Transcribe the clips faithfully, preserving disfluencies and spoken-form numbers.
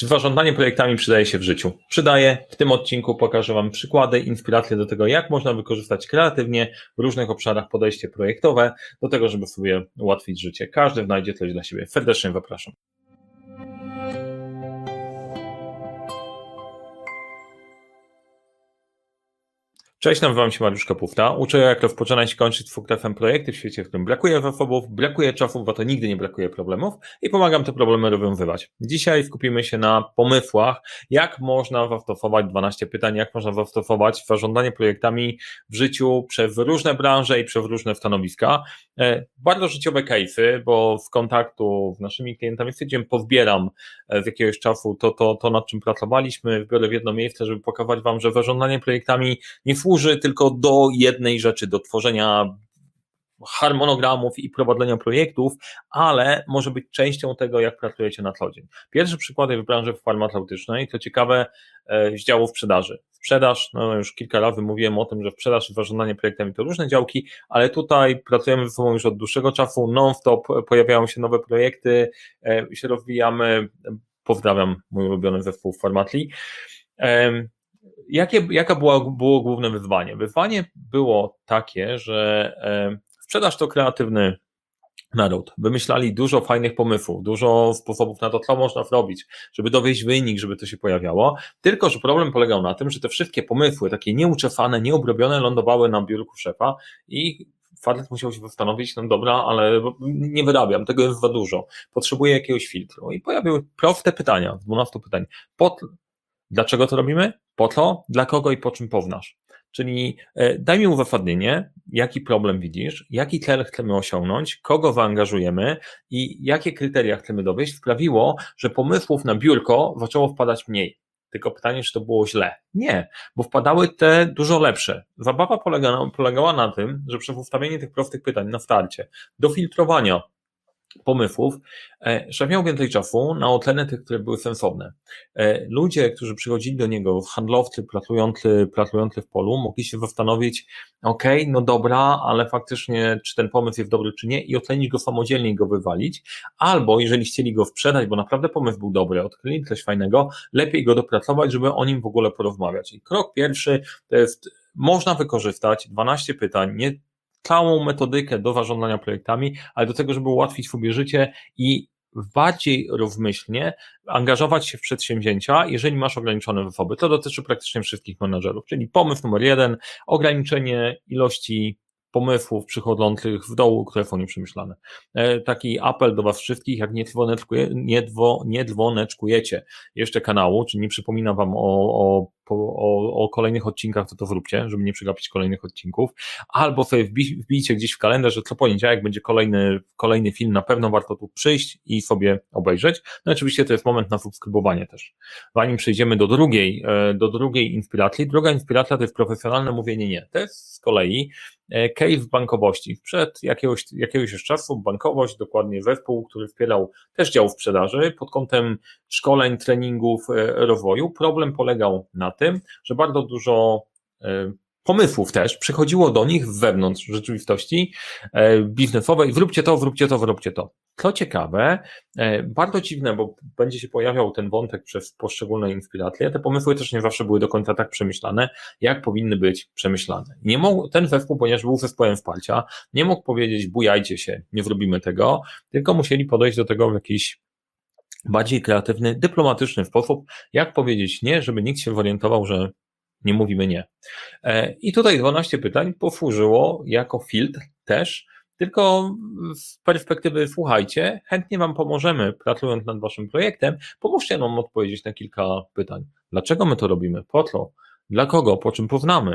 Czy zarządzanie projektami przydaje się w życiu? Przydaje. W tym odcinku pokażę Wam przykłady, inspiracje do tego, jak można wykorzystać kreatywnie w różnych obszarach podejście projektowe do tego, żeby sobie ułatwić życie. Każdy znajdzie coś dla siebie. Serdecznie zapraszam. Cześć, nazywam się Mariusz Kapufta. Uczę, jak rozpoczynać i kończyć z futrafem projekty w świecie, w którym brakuje zasobów, brakuje czasu, bo to nigdy nie brakuje problemów i pomagam te problemy rozwiązywać. Dzisiaj skupimy się na pomysłach, jak można zastosować dwanaście pytań, jak można zastosować zarządzanie projektami w życiu przez różne branże i przez różne stanowiska. Bardzo życiowe case'y, bo w kontaktu z naszymi klientami stwierdziłem, pozbieram z jakiegoś czasu to, to, to nad czym pracowaliśmy, wbiorę w jedno miejsce, żeby pokazać Wam, że zarządzanie projektami nie służy tylko do jednej rzeczy, do tworzenia harmonogramów i prowadzenia projektów, ale może być częścią tego, jak pracujecie na co dzień. Pierwszy przykład jest w branży farmaceutycznej, to ciekawe z działu sprzedaży. Sprzedaż, no już kilka razy mówiłem o tym, że sprzedaż i zarządzanie projektami to różne działki, ale tutaj pracujemy ze sobą już od dłuższego czasu, non-stop pojawiają się nowe projekty, się rozwijamy. Pozdrawiam mój ulubiony zespół Farmatli. Jakie, jaka była, było główne wyzwanie? Wyzwanie było takie, że e, sprzedaż to kreatywny naród. Wymyślali dużo fajnych pomysłów, dużo sposobów na to, co można zrobić, żeby dowieść wynik, żeby to się pojawiało. Tylko że problem polegał na tym, że te wszystkie pomysły, takie nieuczesane, nieobrobione, lądowały na biurku szefa i facet musiał się zastanowić, no dobra, ale nie wyrabiam, tego jest za dużo, potrzebuję jakiegoś filtru. I pojawiły proste pytania, z dwunastu pytań. Pod Dlaczego to robimy? Po co? Dla kogo i po czym poznasz? Czyli e, daj mi uzasadnienie, jaki problem widzisz, jaki cel chcemy osiągnąć, kogo zaangażujemy i jakie kryteria chcemy dowieść, sprawiło, że pomysłów na biurko zaczęło wpadać mniej. Tylko pytanie, czy to było źle? Nie, bo wpadały te dużo lepsze. Zabawa polega, polegała na tym, że przez ustawienie tych prostych pytań na starcie, do filtrowania pomysłów, szef miał więcej czasu na ocenę tych, które były sensowne. Ludzie, którzy przychodzili do niego, handlowcy pracujący, pracujący w polu, mogli się zastanowić, ok, no dobra, ale faktycznie czy ten pomysł jest dobry, czy nie i ocenić go samodzielnie i go wywalić, albo jeżeli chcieli go sprzedać, bo naprawdę pomysł był dobry, odkryli coś fajnego, lepiej go dopracować, żeby o nim w ogóle porozmawiać. I krok pierwszy to jest, można wykorzystać dwanaście pytań, nie całą metodykę do zarządzania projektami, ale do tego, żeby ułatwić sobie życie i bardziej rozmyślnie angażować się w przedsięwzięcia, jeżeli masz ograniczone zasoby. To dotyczy praktycznie wszystkich menadżerów, czyli pomysł numer jeden, ograniczenie ilości pomysłów przychodzących w dołu, które są nieprzemyślane. Taki apel do Was wszystkich, jak nie, nie, dwo, nie dwoneczkujecie jeszcze kanału, czyli nie przypominam Wam o, o, o, o kolejnych odcinkach, to to zróbcie, żeby nie przegapić kolejnych odcinków, albo sobie wbij, wbijcie gdzieś w kalendarz, że co poniedziałek będzie kolejny, kolejny film, na pewno warto tu przyjść i sobie obejrzeć. No oczywiście to jest moment na subskrybowanie też. Zanim przejdziemy do drugiej, do drugiej inspiracji, druga inspiracja to jest profesjonalne mówienie nie. To jest z kolei case w bankowości. Przed jakiegoś, jakiegoś już czasu bankowość, dokładnie zespół, który wspierał też dział sprzedaży pod kątem szkoleń, treningów, rozwoju. Problem polegał na tym, że bardzo dużo pomysłów też przychodziło do nich z wewnątrz rzeczywistości biznesowej. Zróbcie to, zróbcie to, zróbcie to. Co ciekawe, bardzo dziwne, bo będzie się pojawiał ten wątek przez poszczególne inspiracje, te pomysły też nie zawsze były do końca tak przemyślane, jak powinny być przemyślane. Nie mógł, ten zespół, ponieważ był zespołem wsparcia, nie mógł powiedzieć bujajcie się, nie zrobimy tego, tylko musieli podejść do tego w jakiś bardziej kreatywny, dyplomatyczny sposób, jak powiedzieć nie, żeby nikt się zorientował, że nie mówimy nie. I tutaj dwanaście pytań posłużyło jako filtr też, tylko z perspektywy słuchajcie, chętnie Wam pomożemy pracując nad Waszym projektem, pomóżcie nam odpowiedzieć na kilka pytań. Dlaczego my to robimy? Po co? Dla kogo? Po czym poznamy?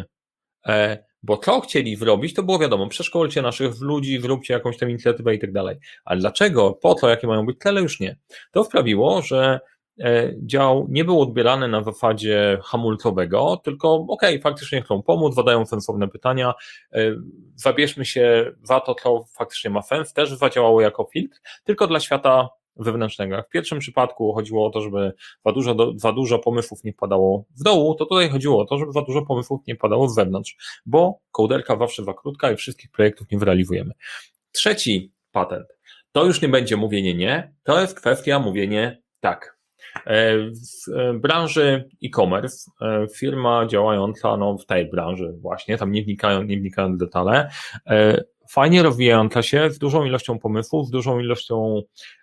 Bo co chcieli zrobić, to było wiadomo, przeszkolcie naszych ludzi, zróbcie jakąś tam inicjatywę i tak dalej. Ale dlaczego? Po co? Jakie mają być cele? Już nie. To sprawiło, że dział nie był odbierany na zasadzie hamulcowego, tylko okej, okay, faktycznie chcą pomóc, zadają sensowne pytania, zabierzmy się za to, co faktycznie ma sens, też zadziałało jako filtr, tylko dla świata wewnętrznego. Jak w pierwszym przypadku chodziło o to, żeby za dużo, do, za dużo pomysłów nie wpadało w dołu, to tutaj chodziło o to, żeby za dużo pomysłów nie wpadało z zewnątrz, bo kołderka zawsze za krótka i wszystkich projektów nie wyrealizujemy. Trzeci patent, to już nie będzie mówienie nie, to jest kwestia mówienie tak. W branży e-commerce firma działająca no, w tej branży właśnie, tam nie wnikają, nie wnikają w detale, fajnie rozwijająca się z dużą ilością pomysłów, z dużą ilością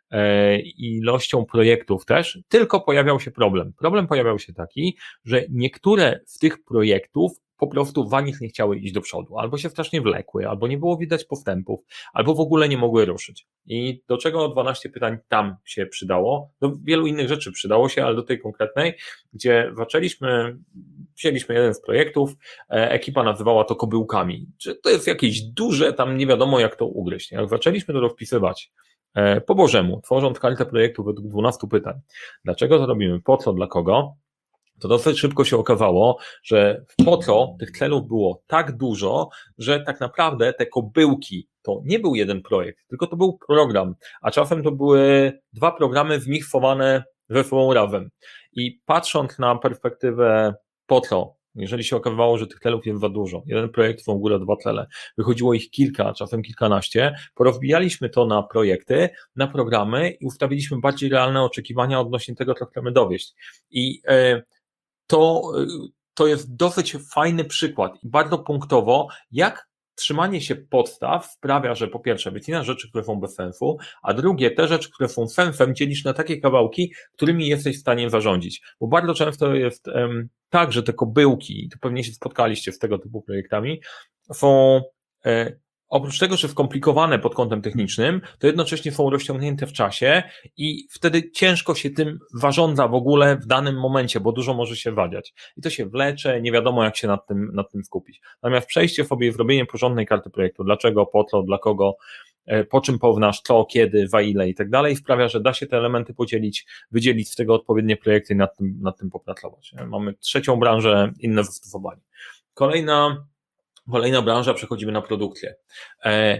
ilością projektów też, tylko pojawiał się problem. Problem pojawiał się taki, że niektóre z tych projektów po prostu w nich nie chciały iść do przodu, albo się strasznie wlekły, albo nie było widać postępów, albo w ogóle nie mogły ruszyć. I do czego dwanaście pytań tam się przydało? Do wielu innych rzeczy przydało się, ale do tej konkretnej, gdzie zaczęliśmy, wzięliśmy jeden z projektów, ekipa nazywała to kobyłkami. Czy to jest jakieś duże, tam nie wiadomo jak to ugryźć. Jak zaczęliśmy to rozpisywać po Bożemu, tworząc kartę projektu według dwunastu pytań. Dlaczego to robimy? Po co? Dla kogo? To dosyć szybko się okazało, że po co tych celów było tak dużo, że tak naprawdę te kobyłki to nie był jeden projekt, tylko to był program, a czasem to były dwa programy zmiksowane ze sobą razem. I patrząc na perspektywę po co, jeżeli się okazało, że tych celów jest za dużo, jeden projekt w ogóle dwa cele, wychodziło ich kilka, czasem kilkanaście, porozbijaliśmy to na projekty, na programy i ustawiliśmy bardziej realne oczekiwania odnośnie tego, co chcemy dowieść. I yy, to, to jest dosyć fajny przykład i bardzo punktowo, jak trzymanie się podstaw sprawia, że po pierwsze wycinasz rzeczy, które są bez sensu, a drugie te rzeczy, które są sensem, dzielisz na takie kawałki, którymi jesteś w stanie zarządzić. Bo bardzo często jest um, tak, że te kobyłki, to pewnie się spotkaliście z tego typu projektami, są e, oprócz tego, że skomplikowane pod kątem technicznym, to jednocześnie są rozciągnięte w czasie i wtedy ciężko się tym zarządza w ogóle w danym momencie, bo dużo może się wadziać. I to się wlecze, nie wiadomo jak się nad tym, nad tym skupić. Natomiast przejście sobie i zrobienie porządnej karty projektu, dlaczego, po co, dla kogo, po czym pownasz, co, kiedy, za ile i tak dalej, sprawia, że da się te elementy podzielić, wydzielić z tego odpowiednie projekty i nad tym, nad tym popracować. Mamy trzecią branżę, inne zastosowanie. Kolejna Kolejna branża, przechodzimy na produkcję. E,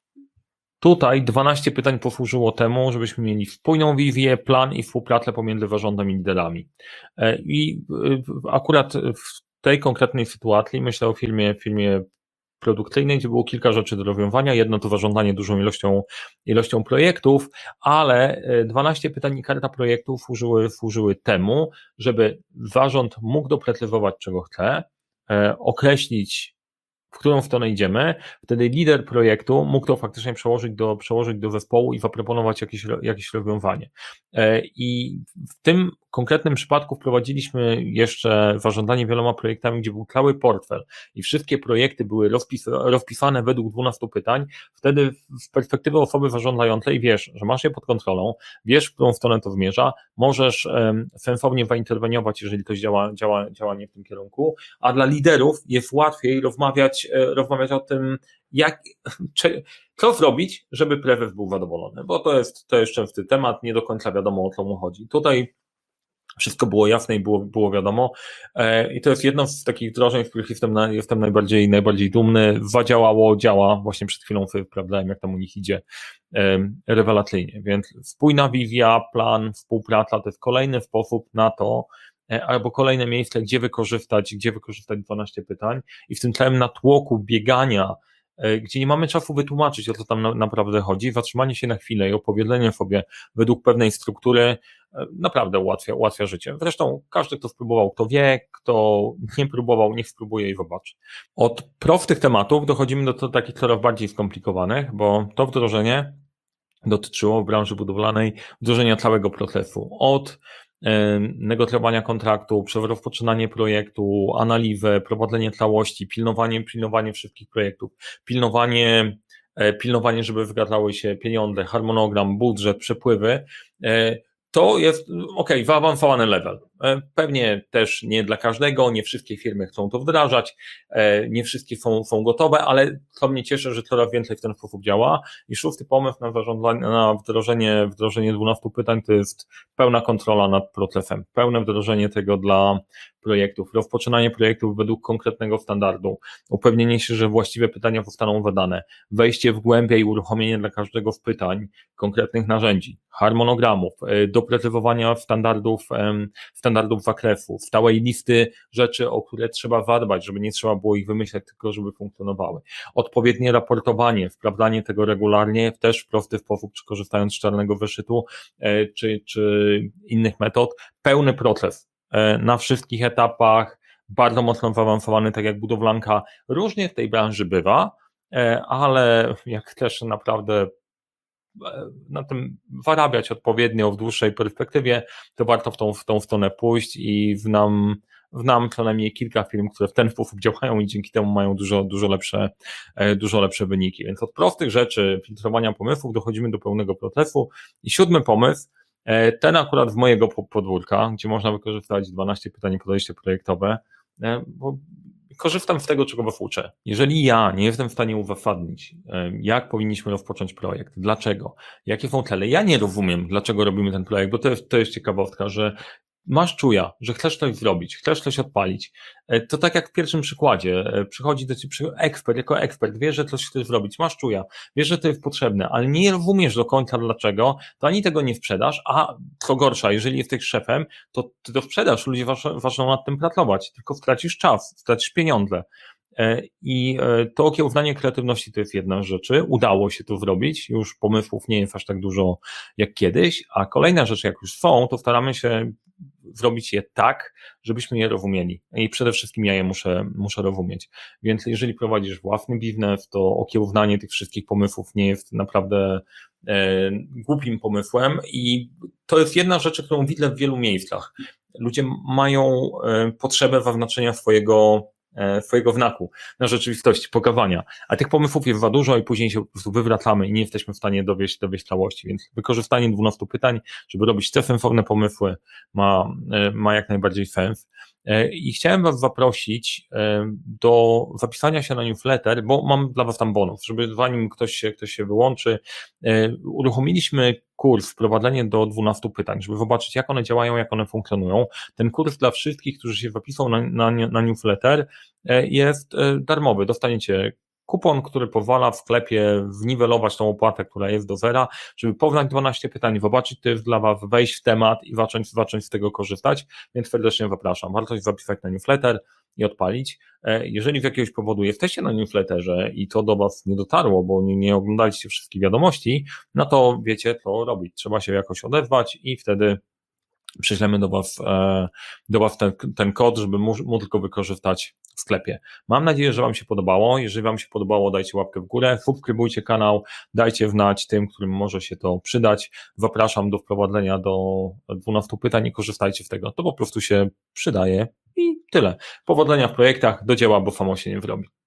tutaj dwanaście pytań posłużyło temu, żebyśmy mieli spójną wizję, plan i współpracę pomiędzy zarządem i liderami. E, I e, akurat w tej konkretnej sytuacji myślę o firmie, firmie produkcyjnej, gdzie było kilka rzeczy do rozwiązania. Jedno to zarządzanie dużą ilością, ilością projektów, ale dwanaście pytań i karta projektów służyły, służyły temu, żeby zarząd mógł doprecyzować, czego chce, e, określić, w którą stronę idziemy, wtedy lider projektu mógł to faktycznie przełożyć do, przełożyć do zespołu i zaproponować jakieś, jakieś rozwiązanie. I w tym konkretnym przypadku wprowadziliśmy jeszcze zarządzanie wieloma projektami, gdzie był cały portfel i wszystkie projekty były rozpis, rozpisane według dwunastu pytań. Wtedy z perspektywy osoby zarządzającej wiesz, że masz je pod kontrolą, wiesz, w którą stronę to zmierza, możesz um, sensownie zainterweniować, jeżeli coś działa, działa, działa nie w tym kierunku, a dla liderów jest łatwiej rozmawiać, rozmawiać o tym, jak, czy, co zrobić, żeby prezes był zadowolony, bo to jest, to jest częsty temat, nie do końca wiadomo, o co mu chodzi. Tutaj wszystko było jasne i było, było wiadomo. I to jest jedno z takich wdrożeń, w których jestem, na, jestem najbardziej, najbardziej dumny. Zadziałało, działa. Właśnie przed chwilą sobie sprawdzałem, jak tam u nich idzie rewelacyjnie. Więc spójna wizja, plan, współpraca to jest kolejny sposób na to, albo kolejne miejsce, gdzie wykorzystać, gdzie wykorzystać dwanaście pytań i w tym całym natłoku biegania, gdzie nie mamy czasu wytłumaczyć, o co tam na, naprawdę chodzi, zatrzymanie się na chwilę i opowiedzenie sobie według pewnej struktury naprawdę ułatwia, ułatwia życie. Zresztą każdy, kto spróbował, kto wie, kto nie próbował, niech spróbuje i zobaczy. Od prostych tematów dochodzimy do, do takich coraz bardziej skomplikowanych, bo to wdrożenie dotyczyło w branży budowlanej wdrożenia całego procesu. Od negocjowania kontraktu, przez rozpoczynanie projektu, analizę, prowadzenie całości, pilnowanie, pilnowanie wszystkich projektów, pilnowanie, pilnowanie, żeby zgadzały się pieniądze, harmonogram, budżet, przepływy. To jest, ok, zaawansowany level. Pewnie też nie dla każdego, nie wszystkie firmy chcą to wdrażać, nie wszystkie są, są gotowe, ale to mnie cieszy, że coraz więcej w ten sposób działa. I szósty pomysł na zarządzanie, na wdrożenie, wdrożenie dwunastu pytań to jest pełna kontrola nad procesem, pełne wdrożenie tego dla projektów, rozpoczynanie projektów według konkretnego standardu, upewnienie się, że właściwe pytania zostaną zadane, wejście w głębię i uruchomienie dla każdego z pytań konkretnych narzędzi, harmonogramów, doprecyzowania standardów, standardów zakresu, stałej listy rzeczy, o które trzeba zadbać, żeby nie trzeba było ich wymyślać, tylko żeby funkcjonowały. Odpowiednie raportowanie, sprawdzanie tego regularnie, też w prosty sposób, czy korzystając z czarnego zeszytu, czy, czy innych metod, pełny proces na wszystkich etapach, bardzo mocno zaawansowany, tak jak budowlanka, różnie w tej branży bywa, ale jak też naprawdę na tym zarabiać odpowiednio w dłuższej perspektywie, to warto w tą, w tą stronę pójść i znam, znam co najmniej kilka firm, które w ten sposób działają i dzięki temu mają dużo, dużo lepsze, dużo lepsze wyniki. Więc od prostych rzeczy, filtrowania pomysłów, dochodzimy do pełnego procesu. I siódmy pomysł, ten akurat w mojego podwórka, gdzie można wykorzystać dwanaście pytań i podejście projektowe, bo korzystam z tego, czego was uczę. Jeżeli ja nie jestem w stanie uzasadnić, jak powinniśmy rozpocząć projekt, dlaczego, jakie są cele, ja nie rozumiem, dlaczego robimy ten projekt, bo to jest, to jest ciekawostka, że masz czuja, że chcesz coś zrobić, chcesz coś odpalić, to tak jak w pierwszym przykładzie, przychodzi do ciebie ekspert, jako ekspert, wiesz, że coś chcesz zrobić, masz czuja, wiesz, że to jest potrzebne, ale nie rozumiesz do końca dlaczego, to ani tego nie sprzedasz, a co gorsza, jeżeli jesteś szefem, to ty to sprzedasz, ludzie zaczną nad tym pracować, tylko stracisz czas, stracisz pieniądze. I to okiełznanie kreatywności to jest jedna z rzeczy, udało się to zrobić, już pomysłów nie jest aż tak dużo jak kiedyś, a kolejna rzecz, jak już są, to staramy się zrobić je tak, żebyśmy je rozumieli i przede wszystkim ja je muszę, muszę rozumieć, więc jeżeli prowadzisz własny biznes, to okiełznanie tych wszystkich pomysłów nie jest naprawdę e, głupim pomysłem i to jest jedna rzecz, którą widzę w wielu miejscach. Ludzie mają e, potrzebę zaznaczenia swojego swojego znaku na rzeczywistości, pokazania, a tych pomysłów jest za dużo i później się po prostu wywracamy i nie jesteśmy w stanie dowieść, dowieść całości, więc wykorzystanie dwunastu pytań, żeby robić te sensowne pomysły ma, ma jak najbardziej sens. I chciałem was zaprosić do zapisania się na newsletter, bo mam dla was tam bonus, żeby zanim ktoś się, ktoś się wyłączy, uruchomiliśmy kurs Wprowadzenie do dwunastu pytań, żeby zobaczyć, jak one działają, jak one funkcjonują. Ten kurs dla wszystkich, którzy się zapiszą na, na, na newsletter, jest darmowy. Dostaniecie kupon, który pozwala w sklepie zniwelować tą opłatę, która jest do zera, żeby poznać dwanaście pytań, zobaczyć, to jest dla was, wejść w temat i zacząć, zacząć z tego korzystać, więc serdecznie zapraszam. Warto się zapisać na newsletter i odpalić. Jeżeli z jakiegoś powodu jesteście na newsletterze i to do was nie dotarło, bo nie, nie oglądaliście wszystkich wiadomości, no to wiecie, co robić. Trzeba się jakoś odezwać i wtedy przyślemy do was, do was ten, ten kod, żeby móc, móc go wykorzystać w sklepie. Mam nadzieję, że wam się podobało. Jeżeli wam się podobało, dajcie łapkę w górę, subskrybujcie kanał, dajcie znać tym, którym może się to przydać. Zapraszam do wprowadzenia do dwunastu pytań i korzystajcie z tego. To po prostu się przydaje i tyle. Powodzenia w projektach, do dzieła, bo samo się nie wyrobi.